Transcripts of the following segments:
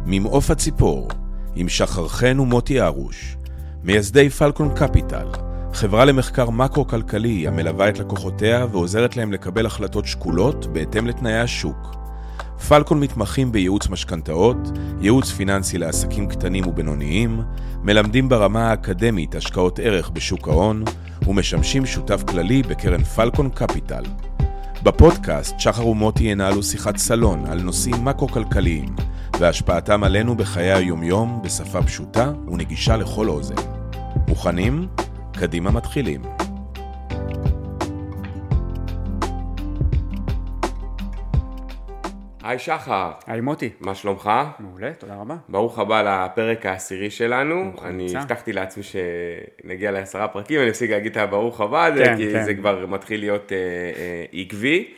ממעוף הציפור, עם שחר חן ומוטי ארוש, מייסדי פלקון קפיטל, חברה למחקר מקרו-כלכלי המלווה את לקוחותיה ועוזרת להם לקבל החלטות שקולות בהתאם לתנאי השוק. פלקון מתמחים בייעוץ משכנתאות, ייעוץ פיננסי לעסקים קטנים ובינוניים, מלמדים ברמה האקדמית השקעות ערך בשוק ההון, ומשמשים שותף כללי בקרן פלקון קפיטל. בפודקאסט שחר ומוטי ינהלו שיחת סלון על נושאים מקרו-כלכליים, והשפעתם עלינו בחיי היומיום בשפה פשוטה ונגישה לכל אוזן. מוכנים? קדימה מתחילים. היי שחר. היי מוטי. מה שלומך? מעולה, תודה רבה. ברוך הבא לפרק העשירי שלנו. אני הבטחתי לעצמי שנגיע ל10 פרקים, אני אפסיק להגיד את ברוך הבא, כי זה כבר מתחיל להיות עקבי.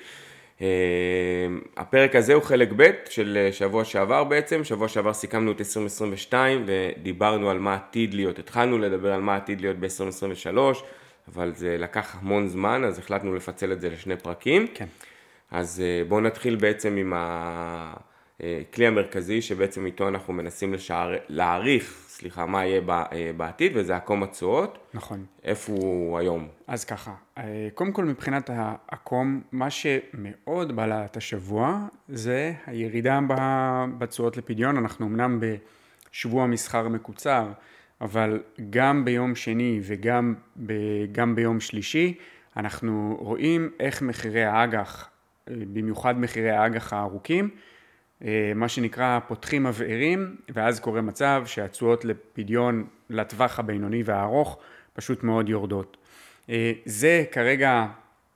הפרק הזה הוא חלק ב' של שבוע שעבר בעצם. שבוע שעבר סיכמנו את 2022 ודיברנו על מה עתיד להיות. התחלנו לדבר על מה עתיד להיות ב-2023, אבל זה לקח המון זמן, אז החלטנו לפצל את זה לשני פרקים. כן. אז בואו נתחיל בעצם עם הכלי המרכזי שבעצם איתו אנחנו מנסים להעריך, מה יהיה בעתיד, וזה עקום התשואות. נכון. איפה הוא היום? אז ככה, קודם כל מבחינת העקום, מה שמאוד בלט השבוע זה הירידה בתשואות לפדיון. אנחנו אמנם בשבוע מסחר מקוצר, אבל גם ביום שני וגם ביום שלישי, אנחנו רואים איך מחירי האג"ח, במיוחד מחירי האג"ח הארוכים, מה שנקרא פותחים מבערים, ואז קורה מצב שהתשואות לפדיון לטווח הבינוני והארוך פשוט מאוד יורדות. זה כרגע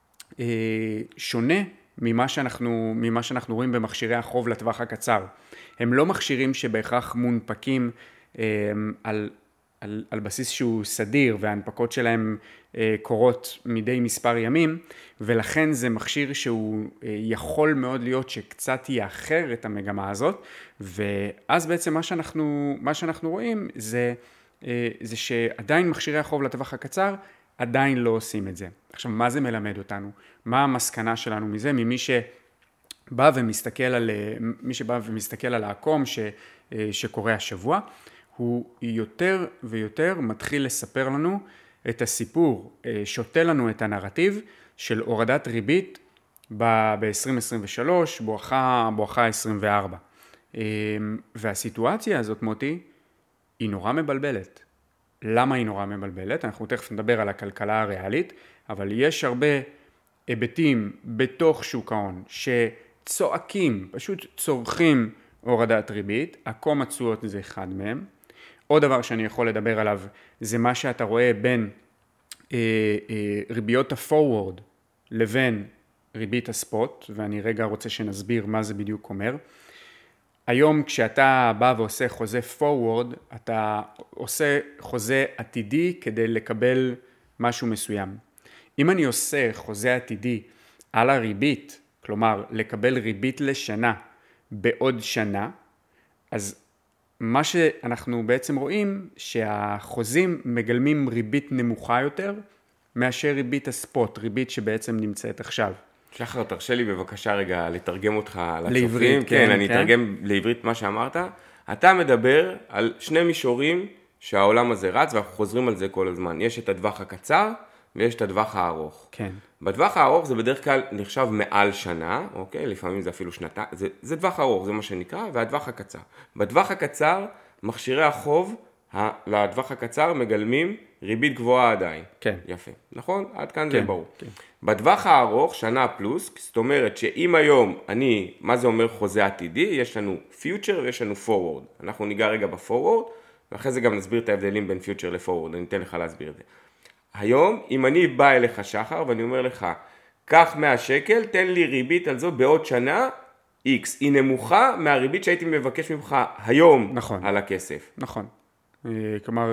שונה ממה שאנחנו רואים במכשירי החוב לטווח הקצר. הם לא מכשירים שבהכרח מונפקים על בסיס שהוא סדיר, וההנפקות שלהם קורות מדי מספר ימים, ולכן זה מכשיר שהוא יכול מאוד להיות שקצת יאחר את המגמה הזאת, ואז בעצם מה שאנחנו רואים זה שעדיין מכשירי החוב לטווח הקצר עדיין לא עושים את זה. עכשיו, מה זה מלמד אותנו? מה המסקנה שלנו מזה? מי שבא ומסתכל על העקום שקורה השבוע, הוא יותר ויותר מתחיל לספר לנו את הסיפור, שותה לנו את הנרטיב של הורדת ריבית ב-2023, בואכה 24. והסיטואציה הזאת, מוטי, היא נורא מבלבלת. למה היא נורא מבלבלת? אנחנו תכף נדבר על הכלכלה הריאלית, אבל יש הרבה היבטים בתוך שוק ההון שצועקים, פשוט צורכים הורדת ריבית, עקום התשואות זה אחד מהם. עוד דבר שאני יכול לדבר עליו זה מה שאתה רואה בין ריביות הפורוורד לבין ריבית הספוט, ואני רגע רוצה שנסביר מה זה בדיוק אומר. היום כשאתה בא ועושה חוזה פורוורד, אתה עושה חוזה עתידי כדי לקבל משהו מסוים. אם אני עושה חוזה עתידי על הריבית, כלומר לקבל ריבית לשנה בעוד שנה, אז מה שאנחנו בעצם רואים שהחוזים מגלמים ריבית נמוכה יותר מאשר ריבית הספוט, ריבית שבעצם נמצאת עכשיו. שחר, תרשה לי בבקשה רגע לתרגם אותך לצופים. לעברית, כן, אני אתרגם לעברית מה שאמרת. אתה מדבר על שני מישורים שהעולם הזה רץ, ואנחנו חוזרים על זה כל הזמן. יש את הטווח הקצר ויש את הטווח הארוך. כן. בטווח הארוך זה בדרך כלל נחשב מעל שנה, אוקיי? לפעמים זה אפילו שנתיים, זה טווח ארוך, זה מה שנקרא, והטווח הקצר. בטווח הקצר, מכשירי החוב לטווח הקצר מגלמים ריבית גבוהה עדיין. כן. יפה, נכון? עד כאן כן, זה ברור. כן. בטווח הארוך, שנה פלוס, זאת אומרת שאם היום מה זה אומר חוזה עתידי? יש לנו פיוטר ויש לנו פורוורד. אנחנו ניגע רגע בפורוורד, ואחרי זה גם נסביר את ההבדלים בין פיוטר לפורוורד, אני אתן לך להסביר את זה. היום, אם אני בא אליך שחר ואני אומר לך, קח 100 שקל, תן לי ריבית על זאת בעוד שנה, X, היא נמוכה מהריבית שהייתי מבקש ממך היום נכון. על הכסף. נכון. כלומר,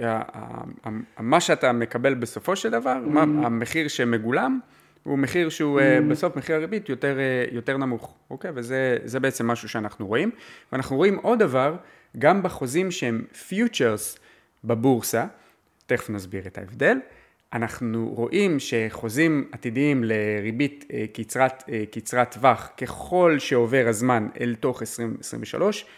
מה שאתה מקבל בסופו של דבר, המחיר שמגולם, הוא מחיר שהוא בסוף מחיר הריבית יותר נמוך. אוקיי? וזה בעצם משהו שאנחנו רואים. ואנחנו רואים עוד דבר, גם בחוזים שהם פיוטרס בבורסה, תכף נסביר את ההבדל, אנחנו רואים שחוזים עתידיים לריבית קצרת טווח, ככל שעובר הזמן אל תוך 2023,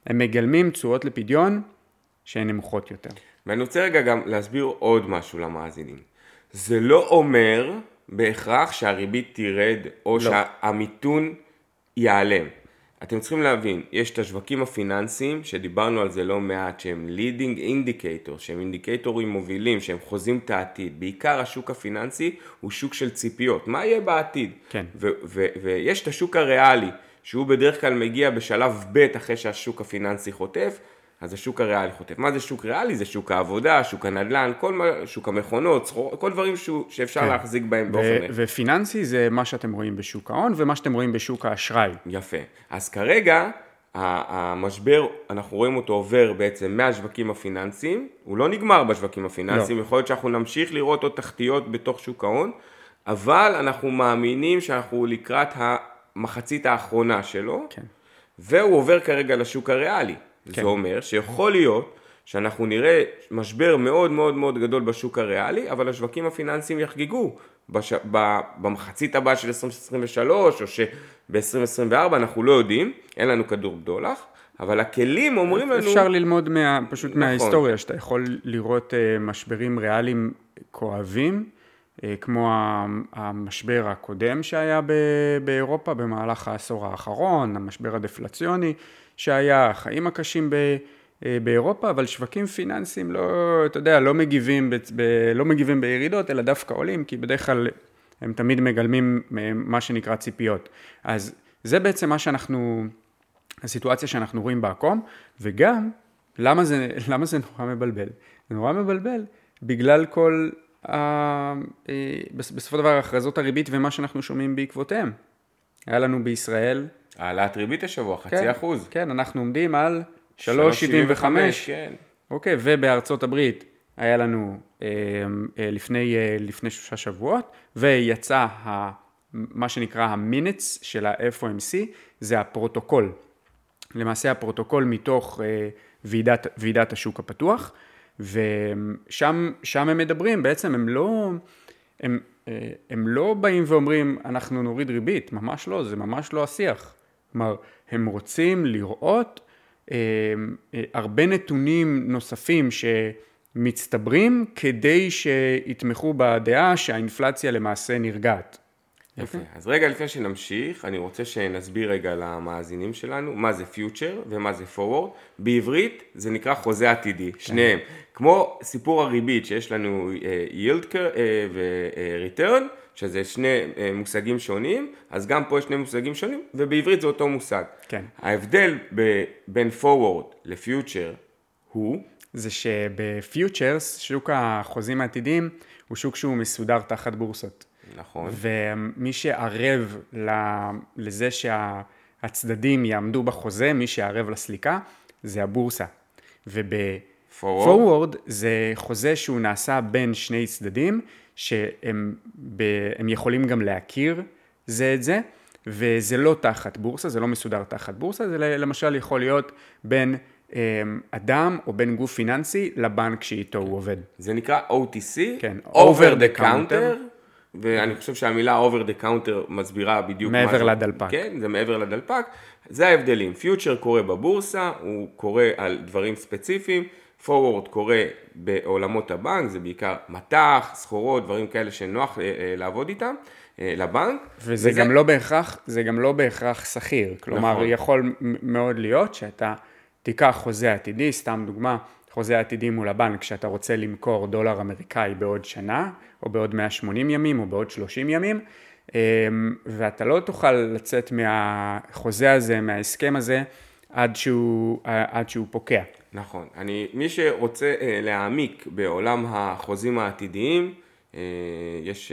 הם מגלמים תשואות לפדיון שהן נמוכות יותר. ואני רוצה רגע גם להסביר עוד משהו למאזינים. זה לא אומר בהכרח שהריבית תירד או שהמיתון ייעלם. אתם צריכים להבין, יש את השווקים הפיננסיים שדיברנו על זה לא מעט, שהם leading indicator, שהם אינדיקטורים מובילים, שהם חוזים את העתיד. בעיקר השוק הפיננסי הוא שוק של ציפיות. מה יהיה בעתיד? כן. ויש את השוק הריאלי, שהוא בדרך כלל מגיע בשלב ב' אחרי שהשוק הפיננסי חוטף, אז השוק הריאלי חוטף. מה זה שוק ריאלי? זה שוק העבודה, שוק הנדל"ן, שוק המכונות, כל דברים שאפשר להחזיק בהם באופן. ופיננסי זה מה שאתם רואים בשוק ההון, ומה שאתם רואים בשוק האשראי. יפה. אז כרגע, המשבר, אנחנו רואים אותו עובר בעצם מהשווקים הפיננסיים, הוא לא נגמר בשווקים הפיננסיים, יכול להיות שאנחנו נמשיך לראות עוד תחתיות בתוך שוק ההון, אבל אנחנו מאמינים שאנחנו לקראת המחצית האחרונה שלו, והוא עובר כרגע לשוק הריאלי. זה אומר שיכול להיות שאנחנו נראה משבר מאוד מאוד מאוד גדול בשוק הריאלי, אבל השווקים הפיננסיים יחגגו במחצית הבאה של 2023 או שב-2024, אנחנו לא יודעים, אין לנו כדור בדולח, אבל הכלים אומרים לנו... אפשר ללמוד פשוט מההיסטוריה, שאתה יכול לראות משברים ריאליים כואבים, כמו המשבר הקודם שהיה באירופה במהלך העשור האחרון, המשבר הדפלציוני שהיה, החיים הקשים באירופה, אבל שווקים פיננסיים לא מגיבים בירידות, אלא דווקא עולים, כי בדרך כלל הם תמיד מגלמים מה שנקרא ציפיות. אז זה בעצם הסיטואציה שאנחנו רואים בעקום, וגם, למה זה נורא מבלבל? זה נורא מבלבל בגלל כל בסופו דבר הכרזות הריבית ומה שאנחנו שומעים בעקבותיהם. היה לנו בישראל... העלאת ריבית השבוע, 0.5%. כן, אנחנו עומדים על 3.75. כן. אוקיי, ובארצות הברית היה לנו לפני 3 שבועות, ויצא מה שנקרא המינטס של ה-FOMC, זה הפרוטוקול. למעשה הפרוטוקול מתוך ועידת השוק הפתוח, ושם הם מדברים, בעצם הם לא באים ואומרים אנחנו נוריד ריבית, ממש לא, זה ממש לא השיח. כלומר, הם רוצים לראות הרבה נתונים נוספים שמצטברים כדי שיתמכו בדעה שהאינפלציה למעשה נרגעת. יפה. אז רגע לפני שנמשיך, אני רוצה שנסביר רגע למאזינים שלנו מה זה פיוטר ומה זה פורוורד. בעברית זה נקרא חוזה עתידי, שניהם. כמו סיפור הריבית שיש לנו yield ו-return, שזה שני מושגים שונים, אז גם פה יש שני מושגים שונים, ובעברית זה אותו מושג. כן. ההבדל בין פורוורד לפיוטר הוא... זה שבפיוטרס, שוק החוזים העתידיים, הוא שוק שהוא מסודר תחת בורסות. נכון. ומי שערב לזה שהצדדים יעמדו בחוזה, מי שערב לסליקה, זה הבורסה. ובפורוורד זה חוזה שהוא נעשה בין שני צדדים, שהם יכולים גם להכיר זה את זה, וזה לא תחת בורסה, זה לא מסודר תחת בורסה, זה למשל יכול להיות בין אדם או בין גוף פיננסי לבנק שאיתו הוא עובד. זה נקרא OTC, כן, Over the Counter, ואני חושב שהמילה over the counter מסבירה בדיוק מה זה. מעבר לדלפק. כן, זה מעבר לדלפק. זה ההבדלים. פיוטר קורה בבורסה, הוא קורה על דברים ספציפיים. פורוורד קורה בעולמות הבנק, זה בעיקר מטח, סחורות, דברים כאלה שנוח לעבוד איתם, לבנק. וזה גם לא בהכרח שכיר. כלומר, נכון. יכול מאוד להיות שאתה תיקח חוזה עתידי, סתם דוגמה, חוזה עתידי מול הבנק, שאתה רוצה למכור דולר אמריקאי בעוד שנה, או בעוד 180 ימים, או בעוד 30 ימים, ואתה לא תוכל לצאת מהחוזה הזה, מההסכם הזה, עד שהוא פוקע. נכון. מי שרוצה להעמיק בעולם החוזים העתידיים, יש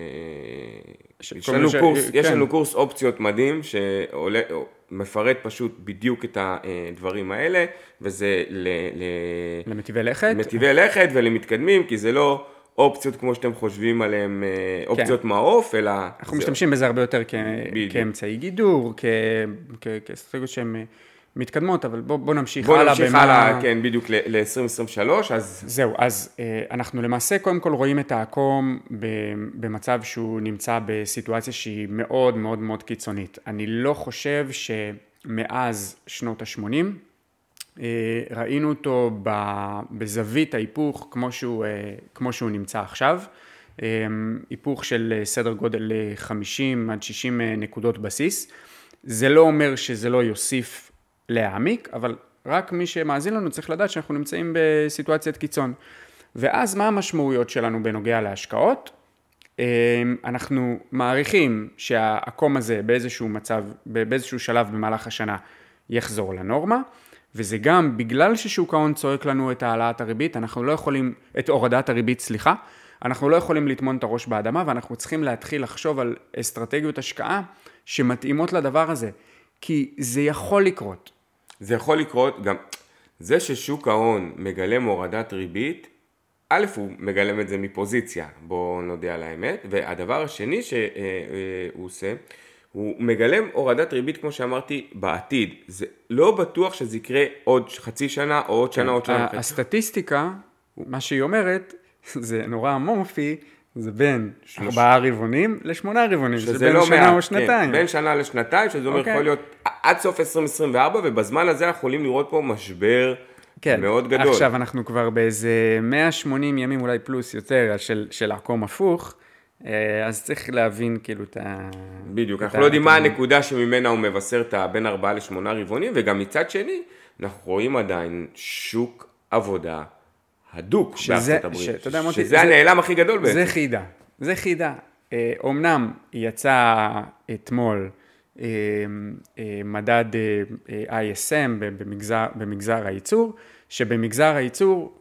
לנו קורס אופציות מדהים, מפרט פשוט בדיוק את הדברים האלה, וזה למטיבי לכת. מטיבי לכת ולמתקדמים, כי זה לא אופציות כמו שאתם חושבים עליהם, אופציות מעוף, אלא... אנחנו משתמשים בזה הרבה יותר כאמצעי גידור, כאסטרטגיות שהן מתקדמות, אבל בוא נמשיך הלאה. בוא נמשיך הלאה, כן, בדיוק ל-2023, אז... זהו, אז אנחנו למעשה קודם כל רואים את העקום במצב שהוא נמצא בסיטואציה שהיא מאוד מאוד מאוד קיצונית. אני לא חושב שמאז שנות ה-80 ראינו אותו בזווית ההיפוך כמו שהוא נמצא עכשיו, היפוך של סדר גודל 50 עד 60 נקודות בסיס. זה לא אומר שזה לא יוסיף להעמיק, אבל רק מי שמאזין לנו צריך לדעת שאנחנו נמצאים בסיטואציית קיצון. ואז מה המשמעויות שלנו בנוגע להשקעות? אנחנו מעריכים שהעקום הזה באיזשהו שלב במהלך השנה יחזור לנורמה, וזה גם בגלל ששוק ההון צועק לנו את העלאת הריבית, את הורדת הריבית, סליחה, אנחנו לא יכולים לטמון את הראש באדמה, ואנחנו צריכים להתחיל לחשוב על אסטרטגיות השקעה שמתאימות לדבר הזה, כי זה יכול לקרות. זה יכול לקרות, גם זה ששוק ההון מגלם הורדת ריבית, א' הוא מגלם את זה מפוזיציה, בואו נודה על האמת, והדבר השני שהוא עושה, הוא מגלם הורדת ריבית, כמו שאמרתי, בעתיד. זה לא בטוח שזה יקרה עוד חצי שנה, או עוד שנה, עוד שנה. הסטטיסטיקה, מה שהיא אומרת, זה נורא אמורפי, זה בין 4 רבעונים ל8 רבעונים, זה בין שנה או שנתיים. בין שנה לשנתיים, שזה אומר יכול להיות עד סוף 2024, ובזמן הזה אנחנו יכולים לראות פה משבר מאוד גדול. עכשיו אנחנו כבר באיזה 180 ימים אולי פלוס יותר של עקום הפוך, אז צריך להבין כאילו את ה... בדיוק, אנחנו לא יודעים מה הנקודה שממנה הוא מבשר את בין 4 ל8 רבעונים, וגם מצד שני, אנחנו רואים עדיין שוק עבודה הדוק בארצות הברית, שזה הנעלם הכי גדול בעצם. זה חידה. אומנם יצא אתמול מדד ISM במגזר הייצור, שבמגזר הייצור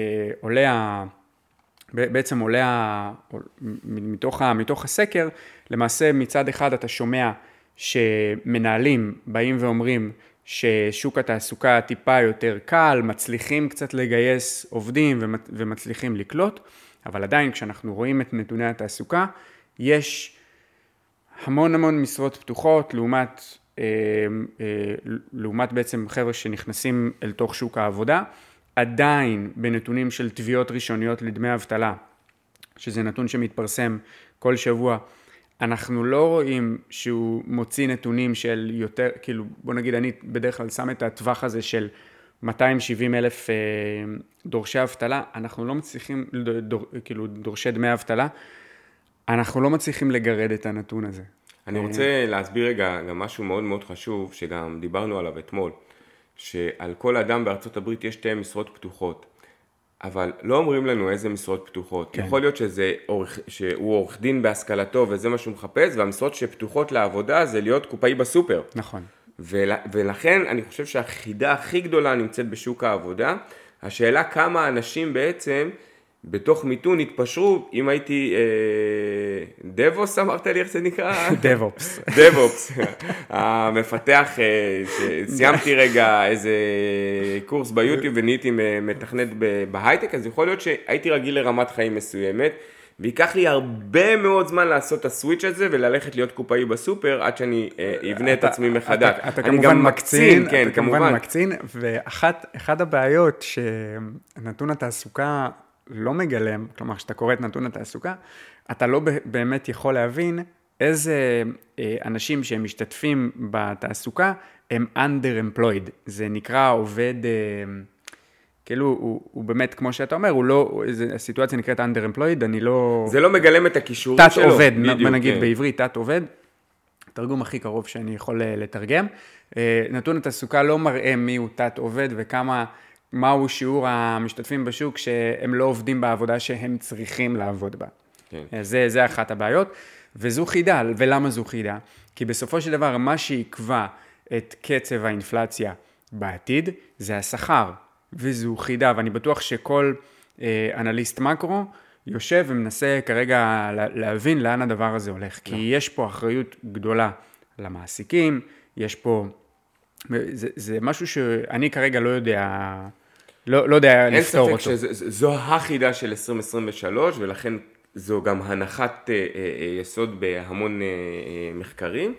בעצם עולה מתוך הסקר, למעשה מצד אחד אתה שומע שמנהלים באים ואומרים ששוק התעסוקה טיפה יותר קל, מצליחים קצת לגייס עובדים ומצליחים לקלוט, אבל עדיין כשאנחנו רואים את נתוני התעסוקה, יש המון משרות פתוחות, לעומת בעצם חבר'ה שנכנסים אל תוך שוק העבודה, עדיין בנתונים של תביעות ראשוניות לדמי אבטלה, שזה נתון שמתפרסם כל שבוע, אנחנו לא רואים שהוא מוציא נתונים של יותר, כאילו בוא נגיד אני בדרך כלל שם את הטווח הזה של 270,000 דורשי אבטלה, אנחנו לא מצליחים, כאילו דורשי דמי אבטלה, אנחנו לא מצליחים לגרד את הנתון הזה. אני רוצה להסביר רגע גם משהו מאוד מאוד חשוב, שגם דיברנו עליו אתמול, שעל כל אדם בארצות הברית יש 2 משרות פתוחות, אבל לא אומרים לנו איזה משרות פתוחות. כן. יכול להיות שהוא עורך דין בהשכלתו וזה מה שהוא מחפש, והמשרות שפתוחות לעבודה זה להיות קופאי בסופר. נכון. ולכן אני חושב שהחידה הכי גדולה נמצאת בשוק העבודה, השאלה כמה אנשים בעצם בתוך מיתון התפשרו, אם הייתי דבוס, אמרת לי איך זה נקרא? דבופס. דבופס, המפתח, שסיימתי רגע איזה קורס ביוטיוב ונהייתי מתכנת בהייטק, אז יכול להיות שהייתי רגיל לרמת חיים מסוימת, ויקח לי הרבה מאוד זמן לעשות את הסוויץ' הזה, וללכת להיות קופאי בסופר, עד שאני אבנה את עצמי מחדש. אתה כמובן מקצין, אתה כמובן מקצין, ואחת הבעיות שנתון התעסוקה לא מגלם, כלומר, כשאתה קורא את נתון התעסוקה, אתה לא באמת יכול להבין איזה אנשים שהם משתתפים בתעסוקה, הם under-employed. זה נקרא עובד, כאילו, הוא באמת, כמו שאתה אומר, הוא לא, הסיטואציה נקראת under-employed, אני לא... זה לא מגלם את הכישורים שלו. תת עובד, נגיד בעברית, תת עובד, תרגום הכי קרוב שאני יכול לתרגם. נתון התעסוקה לא מראה מי הוא תת עובד וכמה... מהו שיעור המשתתפים בשוק שהם לא עובדים בעבודה שהם צריכים לעבוד בה. כן. זה אחת הבעיות, וזו חידה. ולמה זו חידה? כי בסופו של דבר, מה שיקבע את קצב האינפלציה בעתיד, זה השכר, וזו חידה, ואני בטוח שכל אנליסט מקרו יושב ומנסה כרגע להבין לאן הדבר הזה הולך, כי יש פה אחריות גדולה למעסיקים, יש פה... זה משהו שאני כרגע לא יודע לפתור אותו. אין ספק שזו החידה של 2023, ולכן זו גם הנחת יסוד בהמון מחקרים.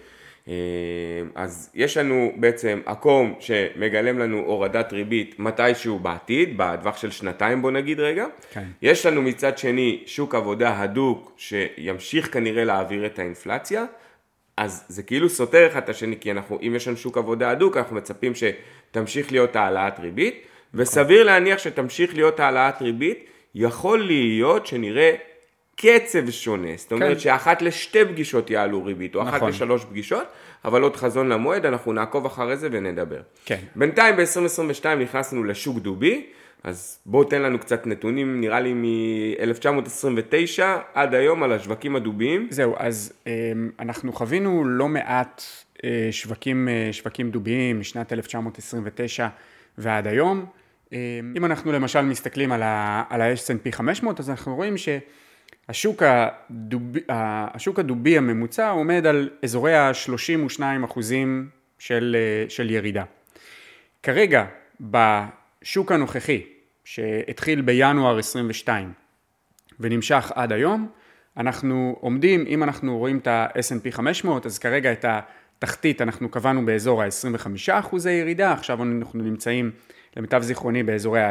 אז יש לנו בעצם עקום שמגלם לנו הורדת ריבית מתישהו בעתיד, בטווח של 2 בוא נגיד רגע. כן. יש לנו מצד שני שוק עבודה הדוק שימשיך כנראה להעביר את האינפלציה, אז זה כאילו סותר אחד את השני, כי אם יש לנו שוק עבודה הדוק, אנחנו מצפים תמשיך להיות העלאת ריבית, וסביר להניח שתמשיך להיות העלאת ריבית, יכול להיות שנראה קצב שונה, זאת אומרת שאחת לשתי פגישות יעלו ריבית, או אחת לשלוש פגישות, אבל עוד חזון למועד, אנחנו נעקוב אחרי זה ונדבר. כן. בינתיים ב-2022 נכנסנו לשוק דובי, אז בואו תן לנו קצת נתונים, נראה לי מ-1929 עד היום על השווקים הדוביים. זהו, אז אנחנו חווינו לא מעט שווקים דוביים משנת 1929 ועד היום. אם אנחנו למשל מסתכלים על ה-S&P 500, אז אנחנו רואים שהשוק הדובי הממוצע עומד על אזורי ה-32% של ירידה. כרגע, בשוק הנוכחי, שהתחיל בינואר 22 ונמשך עד היום, אנחנו עומדים, אם אנחנו רואים את ה-S&P 500, אז כרגע את התחתית אנחנו קבענו באזור ה-25% ירידה, עכשיו אנחנו נמצאים למיטב זיכרוני באזורי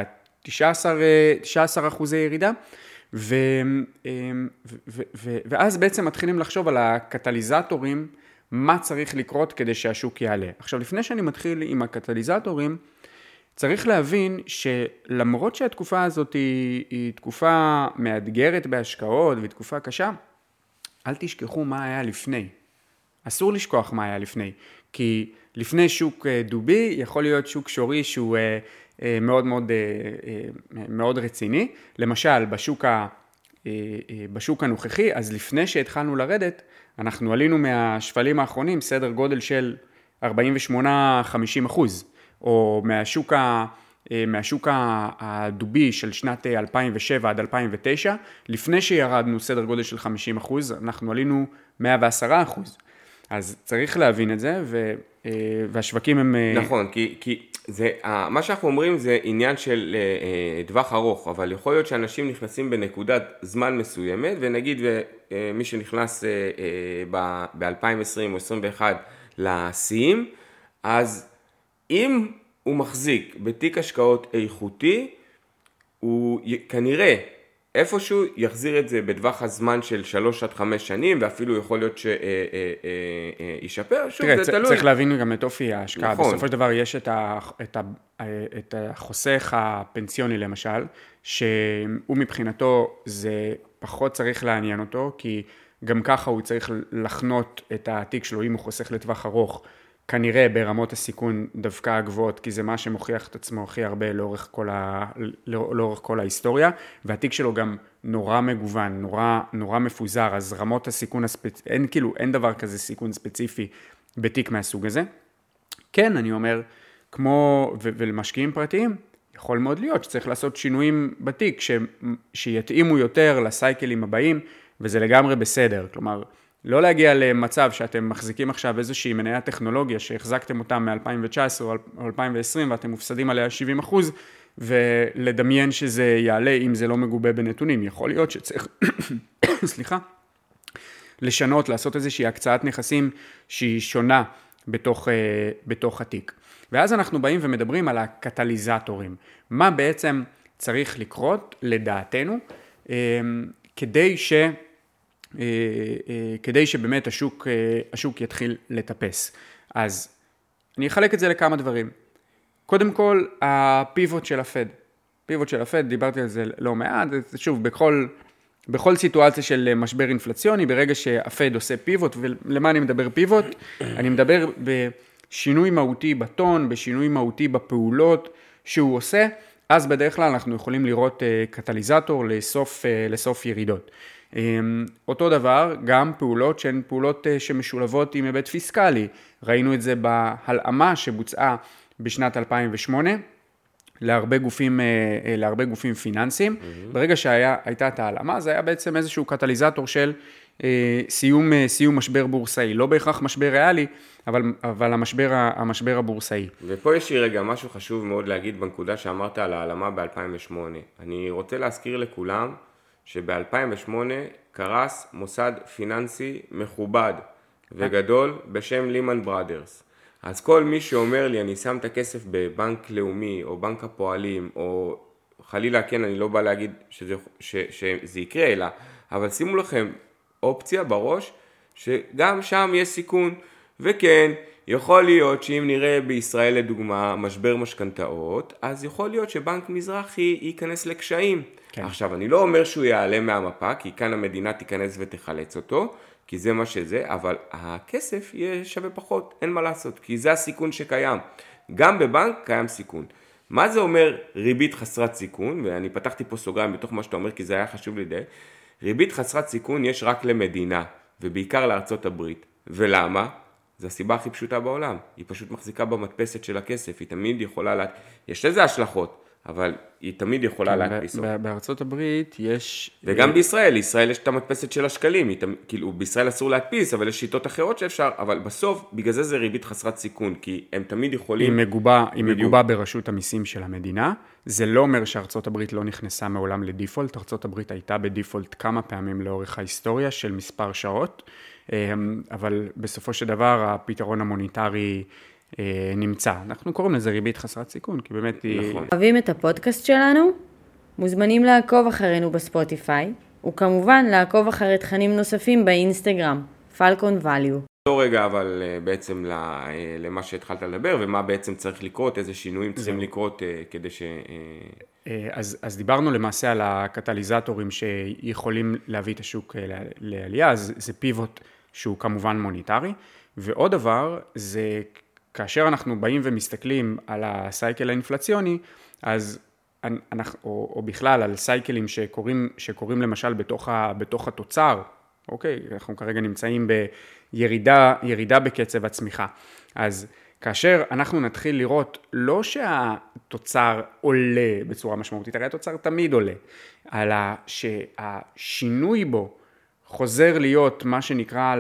ה-19% ירידה, ואז בעצם מתחילים לחשוב על הקטליזטורים, מה צריך לקרות כדי שהשוק יעלה. עכשיו, לפני שאני מתחיל עם הקטליזטורים, צריך להבין שלמרות שהתקופה הזאת היא תקופה מאתגרת בהשקעות ותקופה קשה, אל תשכחו מה היה לפני. אסור לשכוח מה היה לפני, כי לפני שוק דובי יכול להיות שוק שורי שהוא מאוד מאוד, מאוד רציני. למשל, בשוק הנוכחי, אז לפני שהתחלנו לרדת, אנחנו עלינו מהשפלים האחרונים סדר גודל של 48-50%, או מהשוק הדובי של שנת 2007 עד 2009, לפני שירדנו סדר גודל של 50%, אנחנו עלינו 110%. אז צריך להבין את זה, והשווקים הם... נכון, כי זה, מה שאנחנו אומרים זה עניין של טווח ארוך, אבל יכול להיות שאנשים נכנסים בנקודת זמן מסוימת, ונגיד מי שנכנס ב-2020 או 2021 לשיאים, אז אם הוא מחזיק בתיק השקעות איכותי, הוא כנראה איפשהו יחזיר את זה בטווח הזמן של 3 עד 5 שנים, ואפילו יכול להיות שישפר. תראה, צריך להבין גם את אופי ההשקעה. נכון. בסופו של דבר יש את החוסך הפנסיוני למשל, שהוא מבחינתו זה פחות צריך לעניין אותו, כי גם ככה הוא צריך לחנות את התיק שלו, אם הוא חוסך לטווח ארוך, כנראה ברמות הסיכון דווקא הגבוהות, כי זה מה שמוכיח את עצמו הכי הרבה לאורך כל ההיסטוריה, והתיק שלו גם נורא מגוון, נורא מפוזר, אז רמות הסיכון אין דבר כזה סיכון ספציפי בתיק מהסוג הזה. כן, אני אומר, כמו, ולמשקיעים פרטיים, יכול מאוד להיות שצריך לעשות שינויים בתיק, שיתאימו יותר לסייקלים הבאים, וזה לגמרי בסדר, כלומר, לא להגיע למצב שאתם מחזיקים עכשיו איזושהי מניית טכנולוגיה שהחזקתם אותם מ-2019 או 2020 ואתם מופסדים עליה 70%, ולדמיין שזה יעלה אם זה לא מגובה בנתונים. יכול להיות שצריך, לשנות, לעשות איזושהי הקצאת נכסים שהיא שונה בתוך התיק. ואז אנחנו באים ומדברים על הקטליזטורים. מה בעצם צריך לקרות לדעתנו כדי שבאמת השוק יתחיל לטפס. אז אני אחלק את זה לכמה דברים. קודם כל, הפיבוט של הפד. פיבוט של הפד, דיברתי על זה לא מעט, שוב, בכל סיטואציה של משבר אינפלציוני, ברגע שהפד עושה פיבוט, ולמה אני מדבר פיבוט? אני מדבר בשינוי מהותי בטון, בשינוי מהותי בפעולות שהוא עושה, אז בדרך כלל אנחנו יכולים לראות קטליזטור לסוף ירידות. אותו דבר, גם פעולות שהן פעולות שמשולבות עם היבט פיסקלי. ראינו את זה בהלאמה שבוצעה בשנת 2008 להרבה גופים פיננסיים. ברגע שהייתה את ההלאמה, זה היה בעצם איזשהו קטליזטור של סיום משבר בורסאי. לא בהכרח משבר ריאלי, אבל המשבר הבורסאי. ופה יש לי רגע משהו חשוב מאוד להגיד בנקודה שאמרת על ההלאמה ב-2008. אני רוצה להזכיר לכולם שב-2008 קרס מוסד פיננסי מכובד וגדול בשם לימן בראדרס. אז כל מי שאומר לי אני שם את הכסף בבנק לאומי או בנק הפועלים או חלילה כן אני לא בא להגיד שזה יקרה אלא, אבל שימו לכם אופציה בראש שגם שם יש סיכון וכן יכול להיות שאם נראה בישראל לדוגמה משבר משכנתאות, אז יכול להיות שבנק מזרחי ייכנס לקשיים. כן. עכשיו, אני לא אומר שהוא יעלה מהמפה, כי כאן המדינה תיכנס ותחלץ אותו, כי זה מה שזה, אבל הכסף יהיה שווה פחות, אין מה לעשות, כי זה הסיכון שקיים. גם בבנק קיים סיכון. מה זה אומר ריבית חסרת סיכון? ואני פתחתי פה סוגריים בתוך מה שאתה אומר, כי זה היה חשוב לי די. ריבית חסרת סיכון יש רק למדינה, ובעיקר לארצות הברית. ולמה? זו הסיבה הכי פשוטה בעולם. היא פשוט מחזיקה במדפסת של הכסף, היא תמיד יכולה יש לזה השלכות, אבל היא תמיד יכולה להדפיס. בארצות הברית יש... וגם בישראל יש את המדפסת של השקלים, כאילו בישראל אסור להדפיס, אבל יש שיטות אחרות שאפשר, אבל בסוף, בגלל זה ריבית חסרת סיכון, כי הם תמיד יכולים... היא מגובה ברשות המיסים של המדינה, זה לא אומר שארצות הברית לא נכנסה מעולם לדיפולט, ארצות הברית הייתה בדיפולט כמה פעמים לאורך ההיסטוריה של מספר שעות, אבל בסופו של דבר הפתרון המוניטרי נמצא. אנחנו קוראים לזה ריבית חסרת סיכון, כי באמת היא... אוהבים את הפודקאסט שלנו? מוזמנים לעקוב אחרינו בספוטיפיי, וכמובן לעקוב אחרי תכנים נוספים באינסטגרם, Falcon Value. לא רגע, אבל בעצם למה שהתחלת לדבר, ומה בעצם צריך לקרות, איזה שינויים צריכים לקרות כדי ש... אז דיברנו למעשה על הקטליזטורים שיכולים להביא את השוק לעלייה, אז זה פיבוט שהוא כמובן מוניטרי, ועוד דבר זה כאשר אנחנו באים ומסתכלים על הסייקל האינפלציוני, אז או בכלל על סייקלים שקורים למשל בתוך התוצר, אוקיי, אנחנו כרגע נמצאים בירידה בקצב הצמיחה, אז כאשר אנחנו נתחיל לראות לא שהתוצר עולה בצורה משמעותית, הרי התוצר תמיד עולה, אלא שהשינוי בו חוזר להיות מה שנקרא,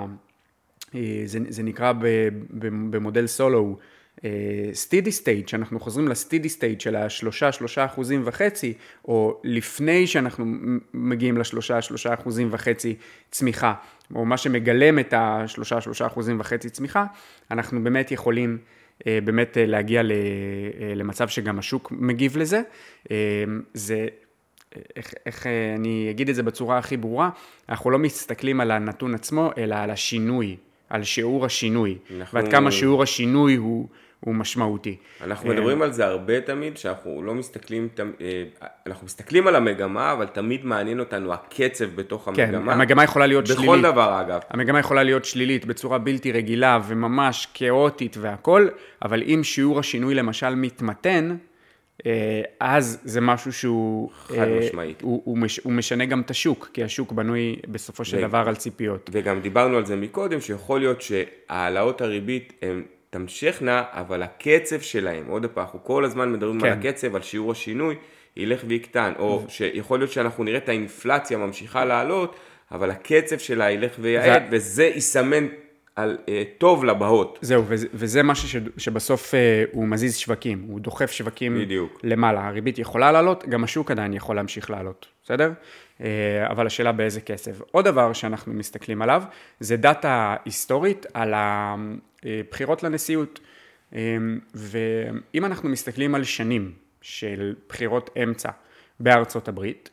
זה נקרא במודל סולו, סטידי סטייט, שאנחנו חוזרים לסטידי סטייט של 3.5%, או לפני שאנחנו מגיעים ל3.5% צמיחה, או מה שמגלם את 3.5% צמיחה, אנחנו באמת יכולים באמת להגיע למצב שגם השוק מגיב לזה. זה, איך אני אגיד את זה בצורה הכי ברורה, אנחנו לא מסתכלים על הנתון עצמו, אלא על השינוי, על שיעור השינוי, ועד כמה שיעור השינוי הוא משמעותי. אנחנו מדברים על זה הרבה תמיד, שאנחנו לא מסתכלים, אנחנו מסתכלים על המגמה, אבל תמיד מעניין אותנו הקצב בתוך המגמה. כן, המגמה יכולה להיות שלילית. בכל דבר אגב. המגמה יכולה להיות שלילית בצורה בלתי רגילה וממש כאוטית והכל, אבל אם שיעור השינוי למשל מתמתן, אז זה משהו שהוא... חד משמעית. הוא משנה גם את השוק, כי השוק בנוי בסופו של דבר על ציפיות. וגם דיברנו על זה מקודם, שיכול להיות שהעלאות הריבית הן תמשכנה, אבל הקצב שלהם, עוד פעם, אנחנו כל הזמן מדברים על הקצב, על שיעור השינוי, ילך ויקטן, או שיכול להיות שאנחנו נראה את האינפלציה ממשיכה לעלות, אבל הקצב שלה ילך ויעד, וזה יסמן על טוב לבאות. זהו, וזה משהו שבסוף הוא מזיז שווקים, הוא דוחף שווקים בדיוק. למעלה. הריבית יכולה לעלות, גם השוק עדיין יכול להמשיך לעלות, בסדר? אבל השאלה באיזה כסף. עוד דבר שאנחנו מסתכלים עליו, זה דאטה היסטורית על הבחירות לנשיאות. ואם אנחנו מסתכלים על שנים של בחירות אמצע בארצות הברית,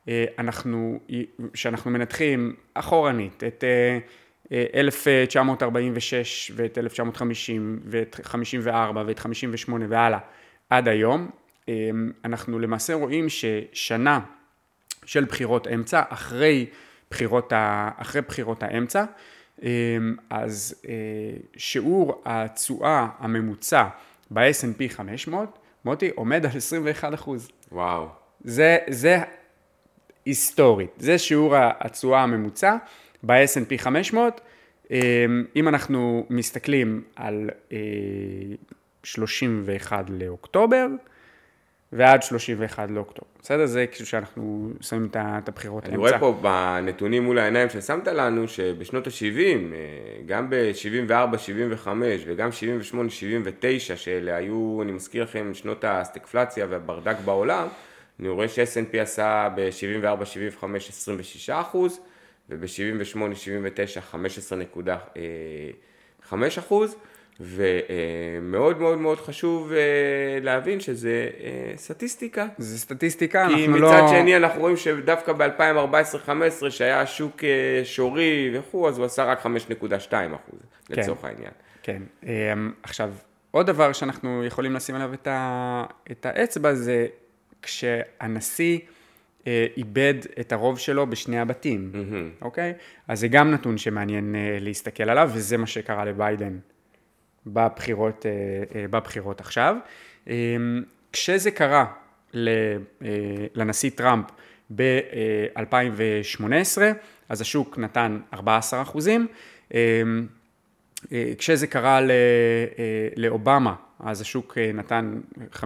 שאנחנו מנתחים אחורנית את 1946 ואת 1950 ואת 54 ואת 58 והלאה עד היום, אנחנו למעשה רואים ששנה של בחירות אמצע, אחרי בחירות האמצע, אז שיעור התשואה הממוצע ב-S&P 500, מוטי, עומד על 21%. וואו. זה היסטורית, זה שיעור התשואה הממוצע ב-S&P 500, אם אנחנו מסתכלים על 31 לאוקטובר, ועד 31 לאוקטובר. בסדר? זה כשאנחנו שמים את הבחירות האמצע. אני רואה פה בנתונים מול העיניים ששמת לנו, שבשנות ה-70, גם ב-74, 75 וגם 78, 79, שאלה היו, אני מזכיר לכם, שנות הסטגפלציה והברדק בעולם, אני רואה ש-S&P עשה ב-74, 75, 26%, וב-78, 79, 15.5%, ומאוד מאוד מאוד חשוב להבין שזה סטטיסטיקה. זה סטטיסטיקה, כי מצד שני אנחנו רואים שדווקא ב-2014-2015 שהיה שוק שורי וכו', אז הוא עשה רק 5.2% לצורך העניין. כן. עכשיו, עוד דבר שאנחנו יכולים לשים עליו את האצבע זה כשהנשיא איבד את הרוב שלו בשני הבתים, אוקיי? אז זה גם נתון שמעניין להסתכל עליו, וזה מה שקרה לביידן בבחירות עכשיו. כשזה קרה לנשיא טראמפ ב-2018, אז השוק נתן 14%. כשזה קרה לאובמה, אז השוק נתן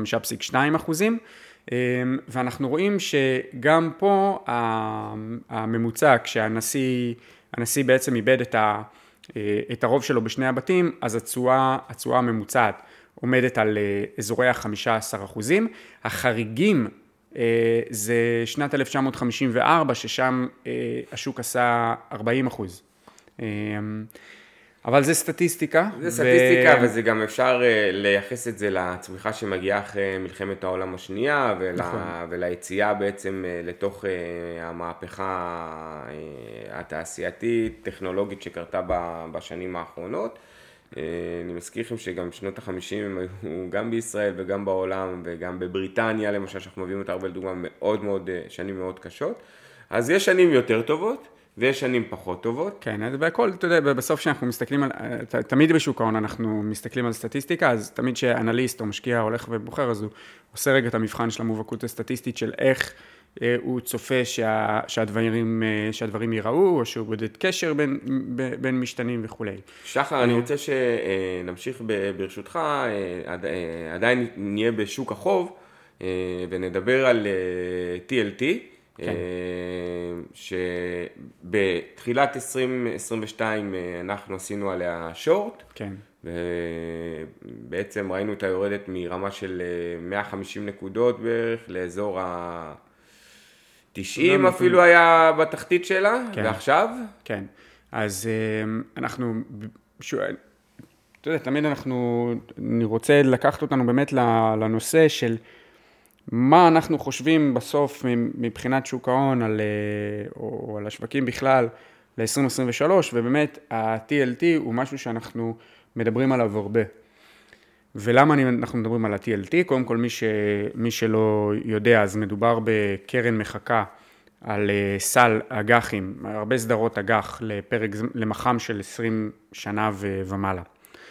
5.2%. ואנחנו רואים שגם פה הממוצע, כשהנשיא בעצם איבד את הרוב שלו בשני הבתים, אז התשואה הממוצעת עומדת על אזורי ה-15%. החריגים זה שנת 1954, ששם השוק עשה 40%. אבל זה סטטיסטיקה. זה סטטיסטיקה, וזה גם אפשר לייחס את זה לצמיחה שמגיעה אחרי מלחמת העולם השנייה, וליציאה בעצם לתוך המהפכה התעשייתית, טכנולוגית שקרתה בשנים האחרונות. אני מזכיר לכם שגם שנות ה-50 הם היו גם בישראל וגם בעולם, וגם בבריטניה למשל, שאנחנו מביאים אותה הרבה לדוגמה, מאוד מאוד, שנים מאוד קשות. אז יש שנים יותר טובות, ויש שנים פחות טובות. כן, והכל, אתה יודע, בסוף שאנחנו מסתכלים על, תמיד בשוק ההון אנחנו מסתכלים על סטטיסטיקה, אז תמיד שאנליסט או משקיע הולך ובוחר, אז הוא עושה רגע את המבחן של המובהקות הסטטיסטית של איך הוא צופה שהדברים ייראו, או שהוא בודד קשר בין משתנים וכו'. שחר, אני רוצה שנמשיך ברשותך, עדיין נהיה בשוק החוב, ונדבר על TLT, כן. שבתחילת 2022 אנחנו עשינו עליה שורט, כן. ובעצם ראינו אותה יורדת מרמה של 150 נקודות בערך לאזור ה-90 אפילו היה בתחתית שלה, כן. ועכשיו? כן, אז אנחנו, אתה יודע, תמיד אני רוצה לקחת אותנו באמת לנושא של מה אנחנו חושבים בסוף מבחינת שוק ההון או על השווקים בכלל ל-2023, ובאמת ה-TLT הוא משהו שאנחנו מדברים עליו הרבה. ולמה אנחנו מדברים על ה-TLT? קודם כל מי שלא יודע, אז מדובר בקרן מחכה על סל אג"חים, הרבה סדרות אג"ח למח"מ של 20 שנה ומעלה.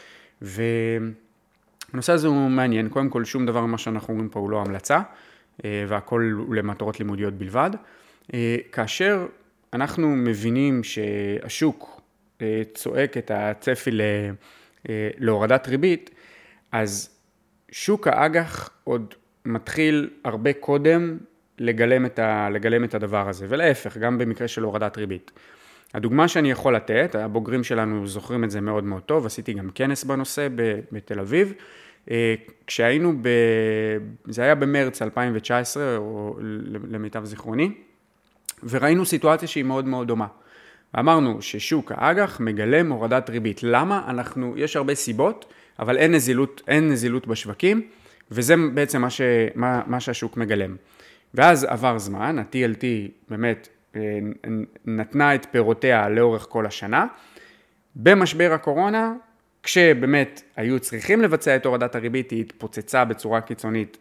הנושא הזה הוא מעניין, קודם כל שום דבר מה שאנחנו אומרים פה הוא לא המלצה, והכל הוא למטרות לימודיות בלבד. כאשר אנחנו מבינים שהשוק צועק את הצפי להורדת ריבית, אז שוק האג"ח עוד מתחיל הרבה קודם לגלם את הדבר הזה, ולהפך, גם במקרה של הורדת ריבית. הדוגמה שאני יכול לתת, הבוגרים שלנו זוכרים את זה מאוד מאוד טוב, עשיתי גם כנס בנושא בתל אביב, כשהיינו זה היה במרץ 2019, או למיטב זיכרוני, וראינו סיטואציה שהיא מאוד מאוד דומה. ואמרנו ששוק האג"ח מגלם הורדת ריבית. למה? יש הרבה סיבות, אבל אין נזילות בשווקים, וזה בעצם מה שהשוק מגלם. ואז עבר זמן, ה-TLT באמת נתנה את פירותיה לאורך כל השנה. במשבר הקורונה, כשבאמת היו צריכים לבצע את הורדת הריבית, היא התפוצצה בצורה קיצונית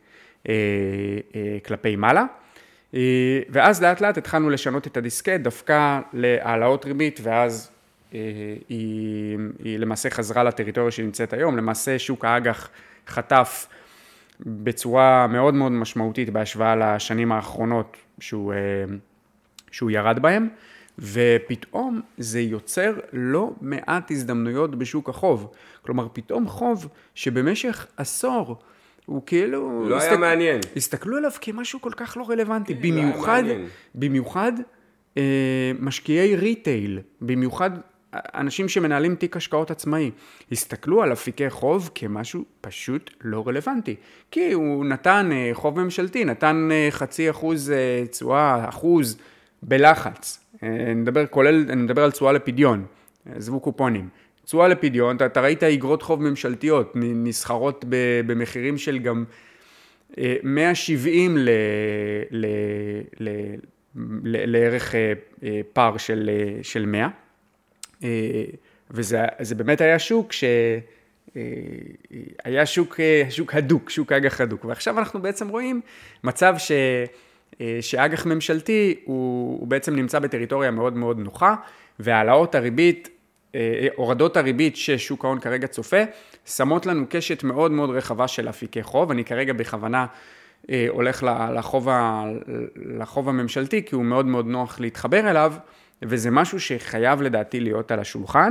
כלפי מעלה. ואז לאט לאט התחלנו לשנות את הדיסקט, דווקא להעלאות ריבית, ואז היא למעשה חזרה לטריטוריה שנמצאת היום. למעשה שוק האג"ח חטף בצורה מאוד מאוד משמעותית בהשוואה לשנים האחרונות שהוא ירד בהם, ופתאום זה יוצר לא מעט הזדמנויות בשוק החוב. כלומר, פתאום חוב שבמשך עשור הוא כאילו לא היה מעניין. הסתכלו עליו כמשהו כל כך לא רלוונטי, במיוחד משקיעי ריטייל, במיוחד אנשים שמנהלים תיק השקעות עצמאי, הסתכלו על אפיקי חוב כמשהו פשוט לא רלוונטי, כי הוא נתן חוב ממשלתי, נתן 0.5% תשואה, 1% בלחץ. אני מדבר על תשואה לפדיון, עזבו קופונים. תשואה לפדיון, אתה ראית איגרות חוב ממשלתיות, נסחרות במחירים של גם 170 לערך פער של 100. וזה באמת היה שוק היה שוק הדוק, שוק אג"ח הדוק, ועכשיו אנחנו בעצם רואים מצב שאג"ח ממשלתי הוא בעצם נמצא בטריטוריה מאוד מאוד נוחה, והעלאות הריבית, הורדות הריבית ששוק ההון כרגע צופה, שמות לנו קשת מאוד מאוד רחבה של אפיקי חוב. אני כרגע בכוונה הולך לחוב הממשלתי, כי הוא מאוד מאוד נוח להתחבר אליו, וזה משהו שחייב לדעתי להיות על השולחן,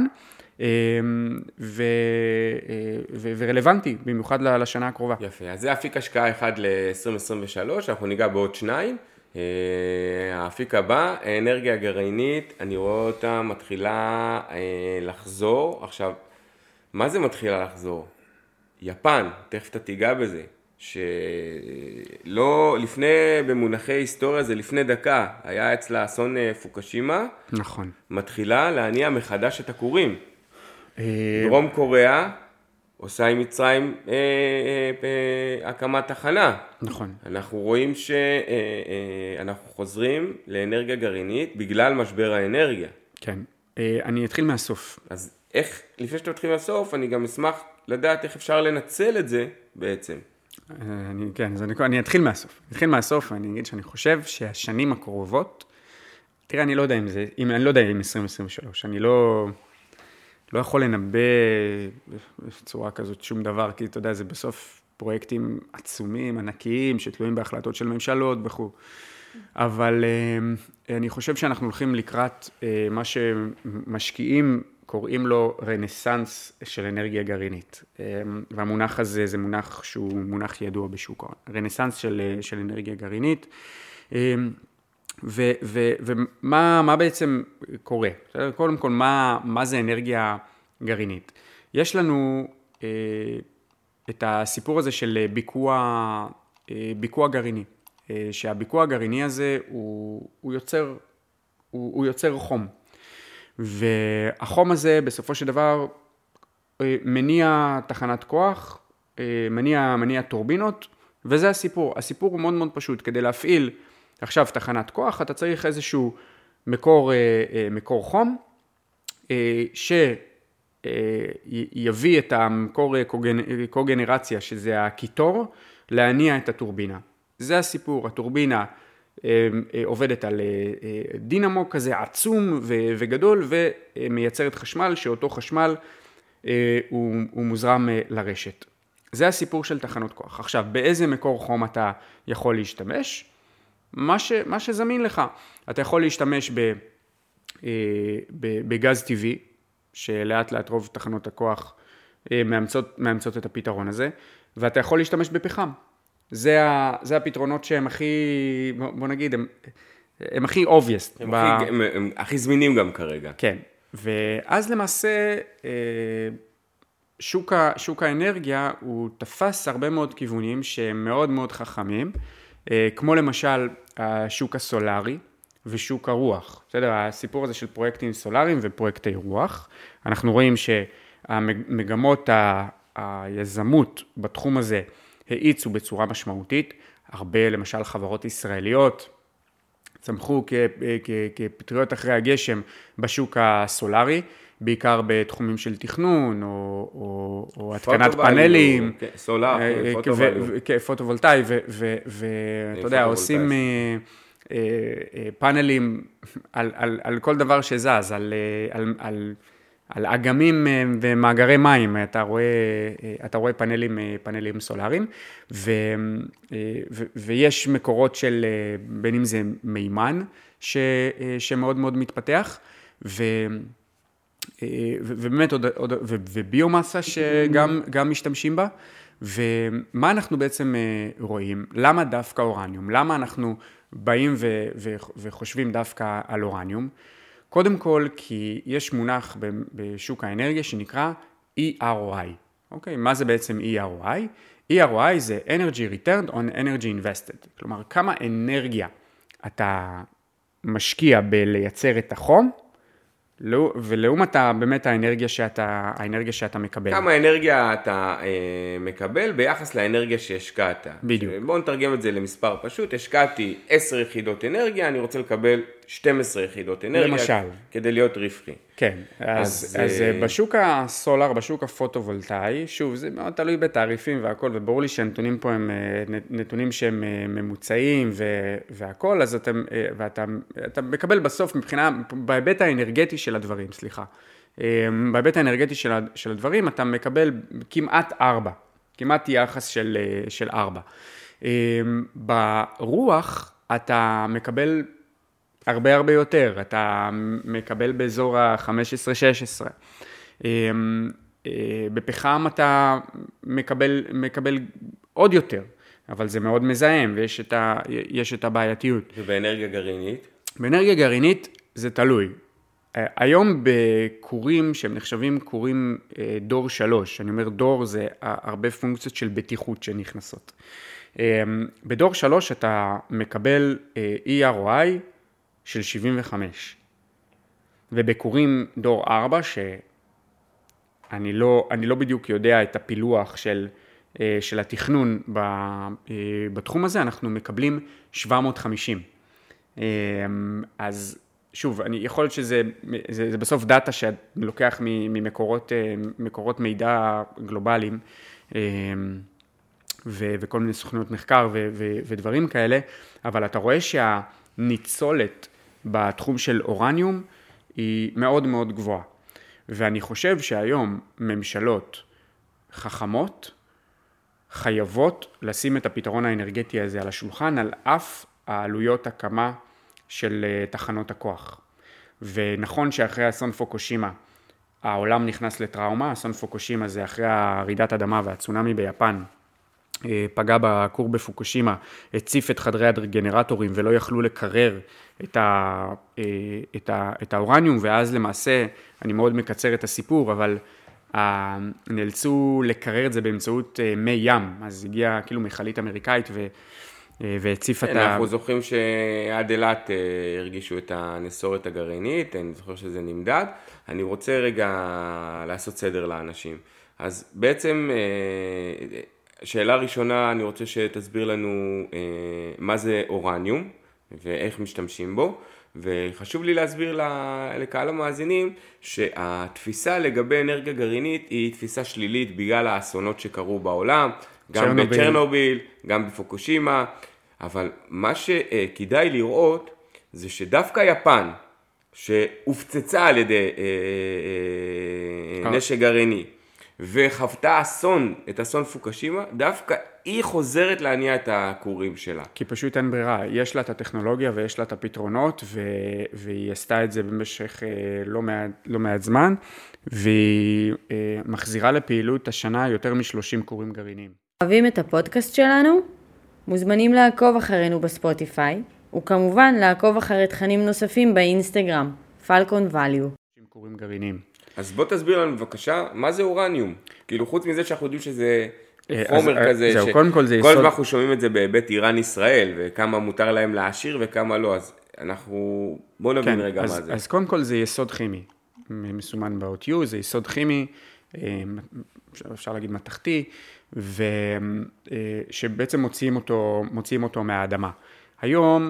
ורלוונטי, במיוחד לשנה הקרובה. יפה, אז זה אפיק השקעה אחד ל-2023, אנחנו ניגע בעוד שניים. האפיק הבא, האנרגיה הגרעינית, אני רואה אותה מתחילה לחזור. עכשיו, מה זה מתחילה לחזור? יפן, תכף אתה תיגע בזה, שלא, לפני, במונחי היסטוריה, זה לפני דקה, היה אצלה אסון פוקושימה. נכון. מתחילה להניע מחדש את הכורים. דרום קוריאה עושה עם מצרים הקמת תחנה. נכון. אנחנו רואים שאנחנו חוזרים לאנרגיה גרעינית בגלל משבר האנרגיה. כן. אני אתחיל מהסוף. אז איך, לפני שאתה מתחיל מהסוף, אני גם אשמח לדעת איך אפשר לנצל את זה בעצם. כן, אז אני אתחיל מהסוף. ואני אגיד שאני חושב שהשנים הקרובות, תראה, אני לא יודע אם זה, אני לא יודע אם 2023, אני לא יכול לנבא בצורה כזאת שום דבר, כי אתה יודע, זה בסוף פרויקטים עצומים, ענקיים, שתלויים בהחלטות של ממשלות וכו'. אבל אני חושב שאנחנו הולכים לקראת מה שמשקיעים קוראים לו רנסנס של אנרגיה גרעינית. והמונח הזה זה מונח שהוא מונח ידוע בשוק ההון. רנסנס של אנרגיה גרעינית. ומה בעצם קורה? קודם כל, מה זה אנרגיה גרעינית? יש לנו את הסיפור הזה של ביקוע גרעיני. שהביקוע הגרעיני הזה הוא יוצר חום. והחום הזה בסופו של דבר מניע תחנת כוח, מניע טורבינות, וזה הסיפור. הסיפור הוא מאוד מאוד פשוט. כדי להפעיל עכשיו תחנת כוח, אתה צריך איזשהו מקור חום, שיביא את המקור קוגנרציה, שזה הקיטור, להניע את הטורבינה. זה הסיפור. הטורבינה עובדת על דינמו כזה עצום וגדול, ומייצרת חשמל, שאותו חשמל הוא מוזרם לרשת. זה הסיפור של תחנות כוח. עכשיו, באיזה מקור חום אתה יכול להשתמש? מה שזמין לך. אתה יכול להשתמש בגז טבעי, שלאט לאט רוב תחנות הכוח מאמצות את הפתרון הזה, ואתה יכול להשתמש בפחם. זה הפתרונות שהם הכי, בוא נגיד, הם הכי obvious. הם הכי זמינים גם כרגע. כן, ואז למעשה שוק האנרגיה הוא תפס הרבה מאוד כיוונים שהם מאוד מאוד חכמים, כמו למשל השוק הסולרי ושוק הרוח. בסדר, הסיפור הזה של פרויקטים סולריים ופרויקטי רוח. אנחנו רואים שהמגמות היזמות בתחום הזה האיצו בצורה משמעותית. הרבה, למשל, חברות ישראליות צמחו כפטריות אחרי הגשם בשוק הסולרי, בעיקר בתחומים של תכנון או התקנת פאנלים, פוטו-וולטאי, ואתה יודע, עושים פאנלים על כל דבר שזז, על אגמים ומאגרי מים, אתה רואה פאנלים סולריים, ויש מקורות של, בין אם זה מימן, שמאוד מאוד מתפתח, ובאמת וביומסה שגם משתמשים בה. ומה אנחנו בעצם רואים? למה דווקא אורניום? למה אנחנו באים וחושבים דווקא על אורניום? קודם כל, כי יש מונח בשוק האנרגיה שנקרא EROI. אוקיי, מה זה בעצם EROI? EROI זה Energy Returned on Energy Invested. כלומר, כמה אנרגיה אתה משקיע בלייצר את החום, ולעומת באמת האנרגיה שאתה מקבל. כמה אנרגיה אתה מקבל ביחס לאנרגיה שהשקעת. בדיוק. בואו נתרגם את זה למספר פשוט. השקעתי 10 יחידות אנרגיה, אני רוצה לקבל 12 יחידות אנרגיה. למשל. כדי להיות רווחי. כן, אז בשוק הסולר, בשוק הפוטו-וולטאי, שוב, זה מאוד תלוי בתעריפים והכל, וברור לי שהנתונים פה הם נתונים שהם ממוצעים והכל, אז אתה מקבל בסוף בהיבט האנרגטי של הדברים, בהיבט האנרגטי של הדברים, אתה מקבל כמעט 4, כמעט יחס של 4. ברוח אתה מקבל הרבה יותר, אתה מקבל באזור ה-15-16. בפחם אתה מקבל עוד יותר, אבל זה מאוד מזהם ויש את הבעייתיות. ובאנרגיה גרעינית? באנרגיה גרעינית זה תלוי. היום בקורים שהם נחשבים קורים דור 3, אני אומר דור זה הרבה פונקציות של בטיחות שנכנסות. בדור 3 אתה מקבל EROI של 75, ובקורים דור 4 שאני לא בדיוק יודע את הפילוח של התכנון בתחום הזה, אנחנו מקבלים 750. אז שוב, יכול להיות שזה בסוף דאטה שלוקח ממקורות מידע גלובליים, וכל מיני סוכנויות מחקר ודברים כאלה, אבל אתה רואה שהניצולת בתחום של אורניום היא מאוד מאוד גבוהה. ואני חושב שהיום ממשלות חכמות חייבות לשים את הפתרון האנרגטי הזה על השולחן, על אף העלויות הקמה של תחנות הכוח. ונכון שאחרי אסון פוקושימה, העולם נכנס לטראומה, אסון פוקושימה זה אחרי הרעידת אדמה והצונאמי ביפן, פגע בכור בפוקושימה, הציף את חדרי הגנרטורים ולא יכלו לקרר את האורניום, ואז למעשה, אני מאוד מקצר את הסיפור, אבל נאלצו לקרר את זה באמצעות מי ים, אז הגיעה כאילו מכלית אמריקאית והציף את אנחנו זוכרים שעד אילת הרגישו את הנסורת הגרעינית, אני זוכר שזה נמדד, אני רוצה רגע לעשות סדר לאנשים. אז בעצם שאלה ראשונה, אני רוצה שתסביר לנו מה זה אורניום ואיך משתמשים בו, וחשוב לי להסביר לקהל המאזינים שהתפיסה לגבי אנרגיה גרעינית היא תפיסה שלילית בגלל האסונות שקרו בעולם, גם בצ'רנוביל, גם בפוקושימה, אבל מה שכדאי לראות זה שדווקא יפן, שהופצצה על ידי נשק גרעיני, וחוותה את אסון פוקושימה, דווקא היא חוזרת להניע את הכורים שלה. כי פשוט אין ברירה, יש לה את הטכנולוגיה ויש לה את הפתרונות, והיא עשתה את זה במשך לא מעט זמן, והיא מחזירה לפעילות השנה יותר מ-30 כורים גרעיניים. אוהבים את הפודקאסט שלנו? מוזמנים לעקוב אחרינו בספוטיפיי, וכמובן לעקוב אחרי תכנים נוספים באינסטגרם, Falcon Value. כורים גרעיניים. אז בוא תסביר לנו בבקשה, מה זה אורניום? כאילו חוץ מזה שאנחנו יודעים שזה חומר כזה, כל הזמן אנחנו שומעים את זה בהיבט איראן-ישראל, וכמה מותר להם להעשיר וכמה לא, אז בוא נבין רגע מה זה. אז קודם כל זה יסוד כימי, מסומן באות U, זה יסוד כימי, אפשר להגיד מתכתי, שבעצם מוציאים אותו מהאדמה. היום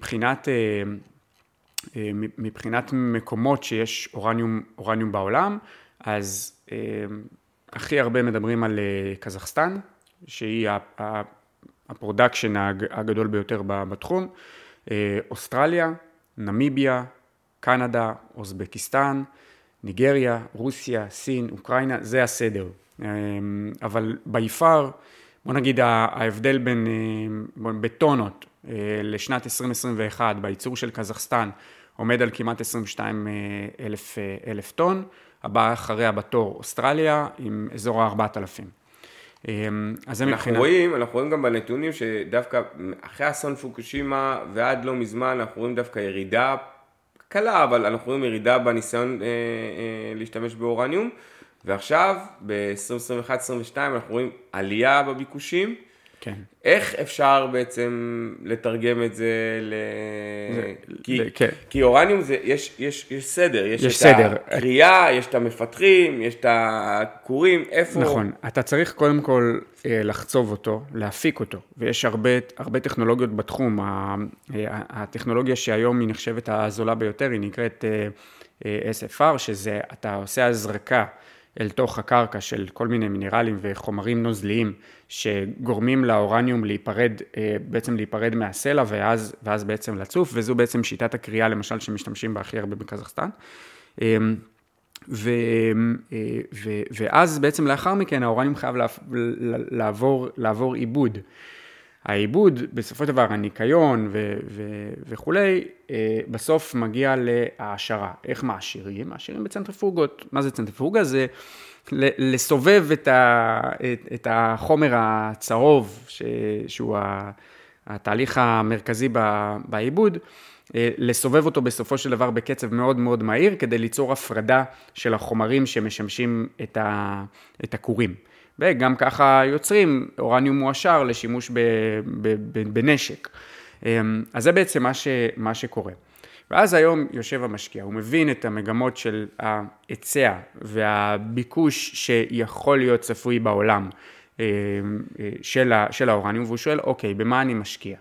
מבחינת מקומות שיש אורניום בעולם, אז הכי הרבה מדברים על קזחסטן, שהיא הפרודקשן הגדול ביותר בתחום, אוסטרליה, נמיביה, קנדה, אוזבקיסטן, ניגריה, רוסיה, סין, אוקראינה, זה הסדר. אבל ביפר, בוא נגיד ההבדל בין בטונות לשנת 2021 בייצור של קזחסטן עומד על כמעט 22,000 טון, הבאה אחריה בתור אוסטרליה עם אזור ה-4,000. אנחנו רואים גם בנתונים שדווקא אחרי אסון פוקושימה ועד לא מזמן אנחנו רואים דווקא ירידה קלה, אבל אנחנו רואים ירידה בניסיון להשתמש באורניום, ועכשיו ב-2021-2022 אנחנו רואים עלייה בביקושים. כן. איך אפשר בעצם לתרגם את זה כי אורניום זה, יש סדר, יש את הקריאה, יש את המפתחים, יש את הכורים, איפה? נכון, אתה צריך קודם כל לחצוב אותו, להפיק אותו, ויש הרבה טכנולוגיות בתחום, הטכנולוגיה שהיום היא נחשבת הזולה ביותר, היא נקראת SFR, שזה אתה עושה הזרקה אל תוך הקרקע של כל מיני מינרלים וחומרים נוזליים שגורמים לאורניום להיפרד מהסלע ואז בעצם לצוף, וזו בעצם שיטת הקריאה למשל שמשתמשים בה הכי הרבה בקזחסטן. ואז בעצם לאחר מכן האורניום חייב לעבור עיבוד. העיבוד, בסופו של דבר, הניקיון וכולי, בסוף מגיע להעשרה. איך מעשירים? מעשירים בצנטריפוגות. מה זה צנטריפוגה? זה לסובב את החומר הצהוב, שהוא התהליך המרכזי בעיבוד, לסובב אותו בסופו של דבר בקצב מאוד מאוד מהיר, כדי ליצור הפרדה של החומרים שמשמשים את הכורים. וגם ככה יוצרים אורניום מועשר לשימוש בנשק. אז זה בעצם מה שקורה. ואז היום יושב המשקיע, הוא מבין את המגמות של ההיצע והביקוש שיכול להיות צפוי בעולם של האורניום, והוא שואל, אוקיי, במה אני משקיע?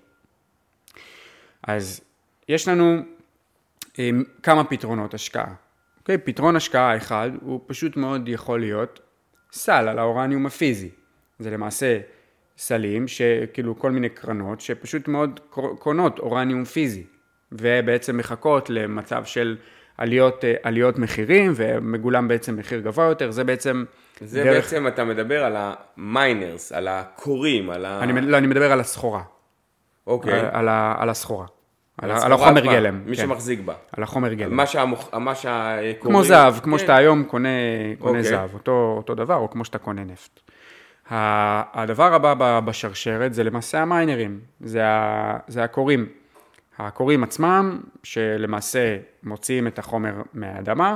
אז יש לנו כמה פתרונות השקעה. אוקיי, פתרון השקעה אחד הוא פשוט מאוד יכול להיות סל על האורניום הפיזי. זה למעשה סלים שכאילו כל מיני קרנות שפשוט מאוד קונות אורניום פיזי, ובעצם מחכות למצב של עליות מחירים, ומגולם בעצם מחיר גבוה יותר. זה בעצם בעצם אתה מדבר על המיינרס, על הקוראים, על אני מדבר על הסחורה. אוקיי. על הסחורה. על החומר גלם. מי שמחזיק בה. על החומר גלם. מה שהקוראים. כמו זהב, כמו שאתה היום קונה זהב, אותו דבר, או כמו שאתה קונה נפט. הדבר הבא בשרשרת זה למעשה המיינרים, זה הקוראים. הקוראים עצמם, שלמעשה מוציאים את החומר מהאדמה,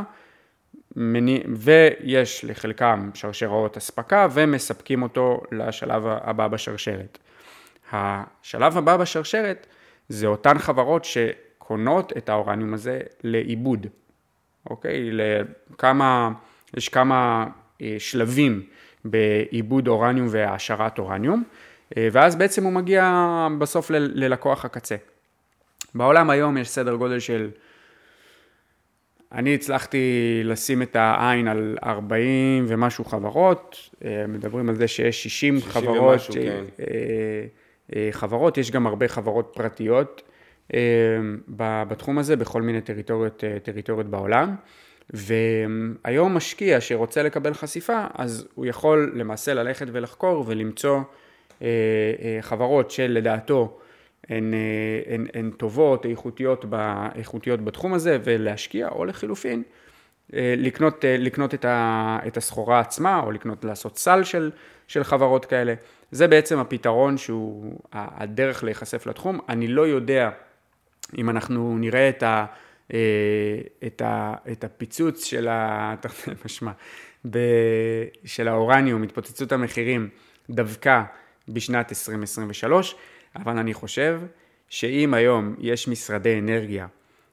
ויש לחלקם שרשראות הספקה, ומספקים אותו לשלב הבא בשרשרת. השלב הבא בשרשרת, זה אותן חברות שקונות את האורניום הזה לעיבוד. אוקיי? יש כמה שלבים בעיבוד אורניום והעשרת אורניום, ואז בעצם הוא מגיע בסוף ללקוח הקצה. בעולם היום יש סדר גודל של, אני הצלחתי לשים את העין על 40 ומשהו חברות, מדברים על זה שיש 60 חברות, ומשהו, כן. חברות, יש גם הרבה חברות פרטיות בתחום הזה, בכל מיני טריטוריות בעולם, והיום משקיע שרוצה לקבל חשיפה, אז הוא יכול למעשה ללכת ולחקור ולמצוא חברות שלדעתו הן טובות, איכותיות בתחום הזה, ולהשקיע, או לחילופין, לקנות את הסחורה עצמה, או לעשות סל של חברות כאלה. זה בעצם הפתרון שהוא הדרך להיחשף לתחום. אני לא יודע אם אנחנו נראה את הפיצוץ של האורניום, התפוצצות המחירים, דווקא בשנת 2023, אבל אני חושב שאם היום יש משרדי אנרגיה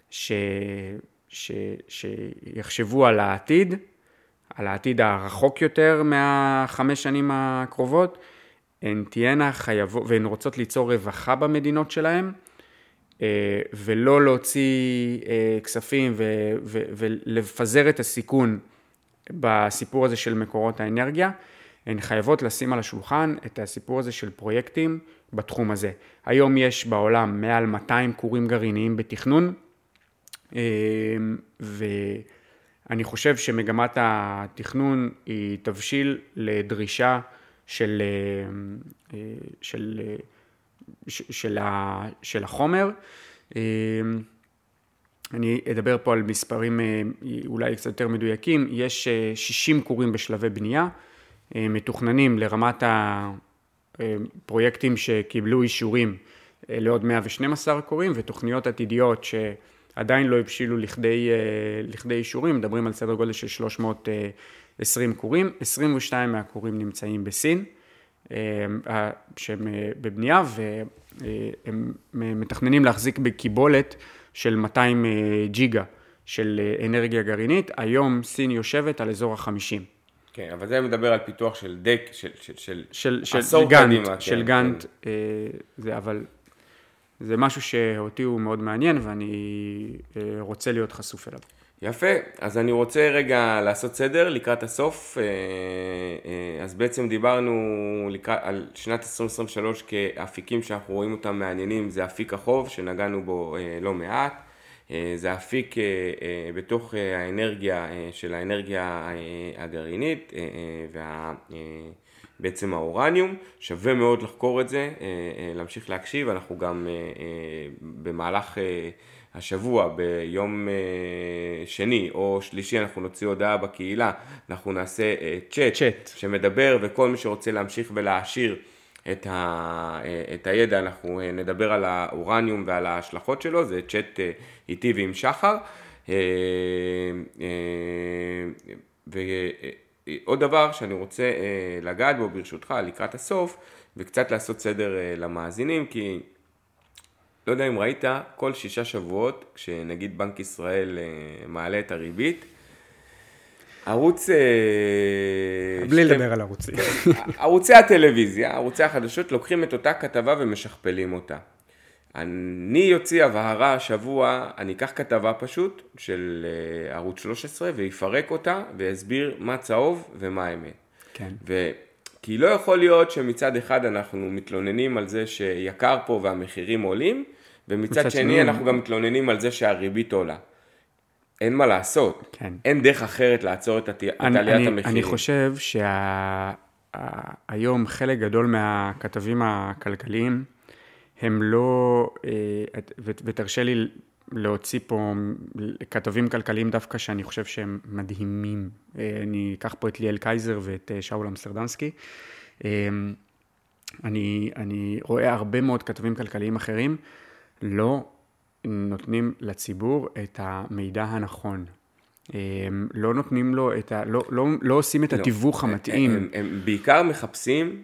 שיחשבו על העתיד הרחוק יותר מה5 שנים הקרובות, הן תהיינה חייבות, והן רוצות ליצור רווחה במדינות שלהן, ולא להוציא כספים ולפזר את הסיכון בסיפור הזה של מקורות האנרגיה, הן חייבות לשים על השולחן את הסיפור הזה של פרויקטים בתחום הזה. היום יש בעולם מעל 200 כורים גרעיניים בתכנון, ואני חושב שמגמת התכנון היא תבשיל לדרישה של החומר. אני אדבר פה על מספרים אולי קצת יותר מדויקים. יש 60 כורים בשלבי בנייה, מתוכננים לרמת הפרויקטים שקיבלו אישורים לעוד 112 כורים, ותוכניות עתידיות שעדיין לא הבשילו לכדי אישורים, מדברים על סדר גודל של 320 כורים, 22 מהכורים נמצאים בסין, שהם בבנייה, והם מתכננים להחזיק בקיבולת של 200 ג'יגה של אנרגיה גרעינית. היום סין יושבת על אזור ה-50. כן, אבל זה מדבר על פיתוח של דק, של גאנט, של גאנט, אבל זה משהו שאותי הוא מאוד מעניין, ואני רוצה להיות חשוף אליו. יפה, אז אני רוצה רגע לעשות סדר לקראת הסוף, אז בעצם דיברנו על שנת 2023 כאפיקים שאנחנו רואים אותם מעניינים, זה אפיק החוב שנגענו בו לא מעט, זה אפיק בתוך האנרגיה של האנרגיה הגרעינית בעצם האורניום, שווה מאוד לחקור את זה, להמשיך להקשיב, אנחנו גם במהלך השבוע ביום שני או שלישי אנחנו נוציא הודעה בקהילה, אנחנו נעשה צ'אט שמדבר, וכל מי שרוצה להמשיך ולהעשיר את הידע, אנחנו נדבר על האורניום ועל ההשלכות שלו, זה צ'אט איתי ועם שחר. ועוד דבר שאני רוצה לגעת בו ברשותך לקראת הסוף, וקצת לעשות סדר למאזינים, כי לא יודע אם ראית, כל 6 שבועות, כשנגיד בנק ישראל מעלה את הריבית, ערוץ... בלי לדבר על ערוצים. ערוצי הטלוויזיה, ערוצי החדשות, לוקחים את אותה כתבה ומשכפלים אותה. אני יוציא הבהרה השבוע, אני אקח כתבה פשוט של ערוץ 13 ויפרק אותה ויסביר מה צהוב ומה האמת. כן. כי לא יכול להיות שמצד אחד אנחנו מתלוננים על זה שיקר פה והמחירים עולים, ומצד שני אנחנו גם מתלוננים על זה שהריבית עולה. אין מה לעשות. כן. אין דרך אחרת לעצור את עליית המחירים. אני חושב שהיום חלק גדול מהכתבים הכלכליים הם לא, ותרשה לי להוציא פה כתבים כלכליים דווקא שאני חושב שהם מדהימים. אני אקח פה את ליאל קייזר ואת שאול אמסטרדמסקי. אני רואה הרבה מאוד כתבים כלכליים אחרים, לא נותנים לציבור את המידע הנכון. לא נותנים לו לא עושים את התיווך המתאים. הם בעיקר מחפשים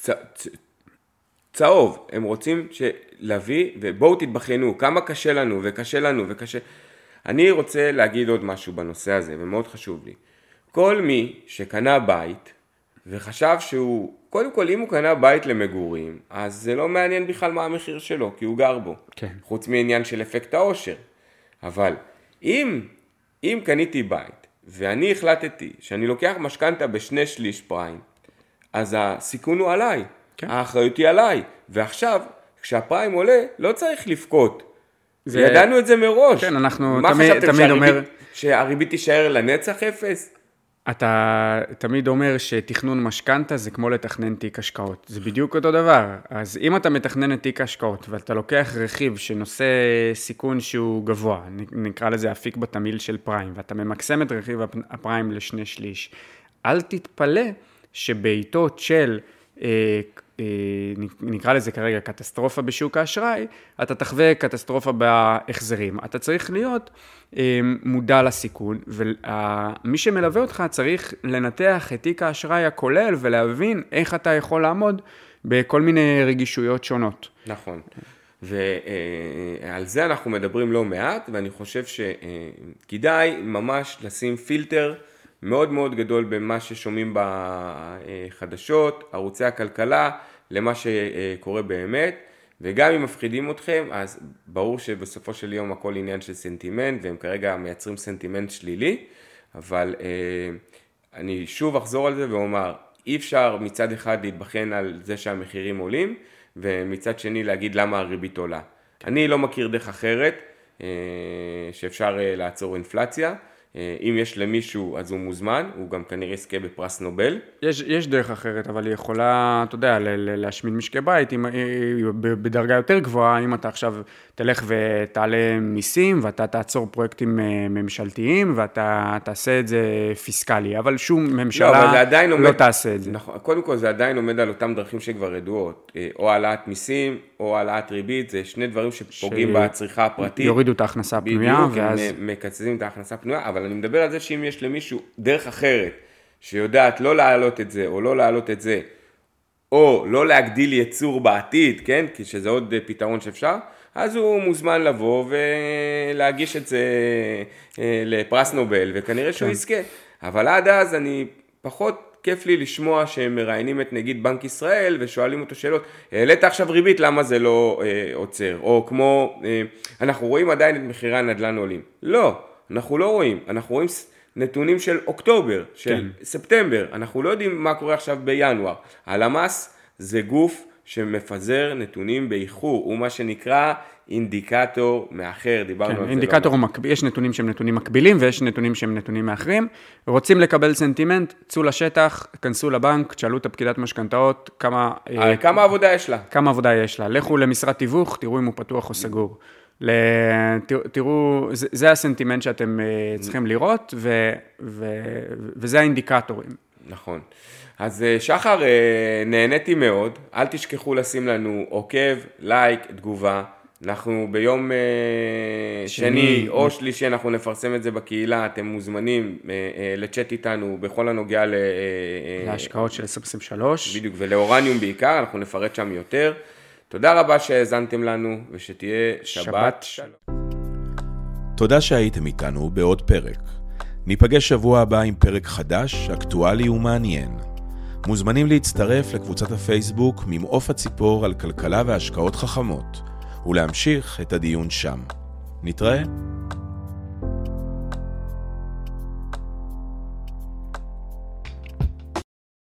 צהוב, הם רוצים להביא, ובואו תתבחנו, כמה קשה לנו וקשה לנו וקשה. אני רוצה להגיד עוד משהו בנושא הזה, ומאוד חשוב לי. כל מי שקנה בית, וחשב שהוא, קודם כל אם הוא קנה בית למגורים, אז זה לא מעניין בכלל מה המחיר שלו, כי הוא גר בו. כן. חוץ מעניין של אפקט העושר. אבל אם קניתי בית, ואני החלטתי שאני לוקח משכנתה ב2/3 פריים, אז הסיכון הוא עליי. כן. האחריות היא עליי, ועכשיו, כשהפריים עולה, לא צריך לפקות. ידענו את זה מראש. כן, אנחנו תמיד אומר... שהריבית תישאר לנצח 0? אתה תמיד אומר שתכנון משכנתה זה כמו לתכנן תיק השקעות. זה בדיוק אותו דבר. אז אם אתה מתכנן את תיק השקעות, ואתה לוקח רכיב שנושא סיכון שהוא גבוה, נקרא לזה אפיק בתמיל של פריים, ואתה ממקסם את רכיב הפריים ל2/3, אל תתפלא שבעיתות של... נקרא לזה כרגע קטסטרופה בשוק האשראי, אתה תחווה קטסטרופה בהחזרים. אתה צריך להיות מודע לסיכון, ומי שמלווה אותך צריך לנתח את תיק האשראי הכולל, ולהבין איך אתה יכול לעמוד בכל מיני רגישויות שונות. נכון. ועל זה אנחנו מדברים לא מעט, ואני חושב שכדאי ממש לשים פילטר מאוד מאוד גדול במה ששומעים בחדשות, ערוצי הכלכלה, למה שקורה באמת, וגם אם מפחידים אתכם, אז ברור שבסופו של יום הכל עניין של סנטימנט, והם כרגע מייצרים סנטימנט שלילי, אבל אני שוב אחזור על זה ואומר, אי אפשר מצד אחד להתבחן על זה שהמחירים עולים, ומצד שני להגיד למה הריבית עולה. אני לא מכיר דרך אחרת שאפשר לעצור אינפלציה, אם יש למישהו אז הוא מוזמן, הוא גם כנראה יזכה בפרס נובל. יש דרך אחרת, אבל היא יכולה, אתה יודע, להשמיד משקי בית, בדרגה יותר גבוהה, אם אתה עכשיו תלך ותעלה מיסים, ואתה תעצור פרויקטים ממשלתיים, ואתה תעשה את זה פיסקלי, אבל שום ממשלה לא תעשה את זה. נכון, קודם כל זה עדיין עומד על אותם דרכים שכבר ידועות, או העלאת מיסים, או העלאת ריבית, זה שני דברים שפוגעים בצריכה הפרטית. יורידו את ההכנסה הפנויה, ואז... מקצצים את ההכנסה הפנויה, אבל אני מדבר על זה שאם יש למישהו דרך אחרת, שיודעת לא להעלות את זה, או לא להעלות את זה, או לא להגדיל ייצור בעתיד, כן? כי שזה עוד פתרון שאפשר, אז הוא מוזמן לבוא ולהגיש את זה לפרס נובל, וכנראה שהוא יזכה. אבל עד אז אני פחות כיף לי לשמוע שהם מראיינים את נגיד בנק ישראל, ושואלים אותו שאלות, העלית עכשיו ריבית, למה זה לא עוצר? או כמו, אנחנו רואים עדיין את מחירי הנדל"ן עולים. לא. אנחנו לא רואים, אנחנו רואים נתונים של אוקטובר, של ספטמבר, אנחנו לא יודעים מה קורה עכשיו בינואר. הלמ"ס זה גוף שמפזר נתונים באיחור, הוא מה שנקרא אינדיקטור מאחר, דיברנו על זה. אינדיקטור הוא מקביל, יש נתונים שהם נתונים מקבילים, ויש נתונים שהם נתונים מאחרים. רוצים לקבל סנטימנט, צאו לשטח, כנסו לבנק, תשאלו את הפקידת משכנתאות, כמה עבודה יש לה. כמה עבודה יש לה. לכו למשרד תיווך, תראו אם הוא פתוח או סגור. תראו, זה הסנטימנט שאתם צריכים לראות, וזה האינדיקטורים. נכון. אז שחר, נהניתי מאוד, אל תשכחו לשים לנו עוקב, לייק, תגובה, אנחנו ביום שני או שלישי אנחנו נפרסם את זה בקהילה, אתם מוזמנים לצ'אט איתנו בכל הנוגע להשקעות של 2023. בדיוק, ולאורניום בעיקר, אנחנו נפרט שם יותר. תודה רבה שהאזנתם לנו, ושתהיה שבת שלום. תודה שהייתם איתנו בעוד פרק. ניפגש שבוע הבא עם פרק חדש, אקטואלי ומעניין. מוזמנים להצטרף לקבוצת הפייסבוק ממעוף הציפור על כלכלה והשקעות חכמות, ולהמשיך את הדיון שם. נתראה.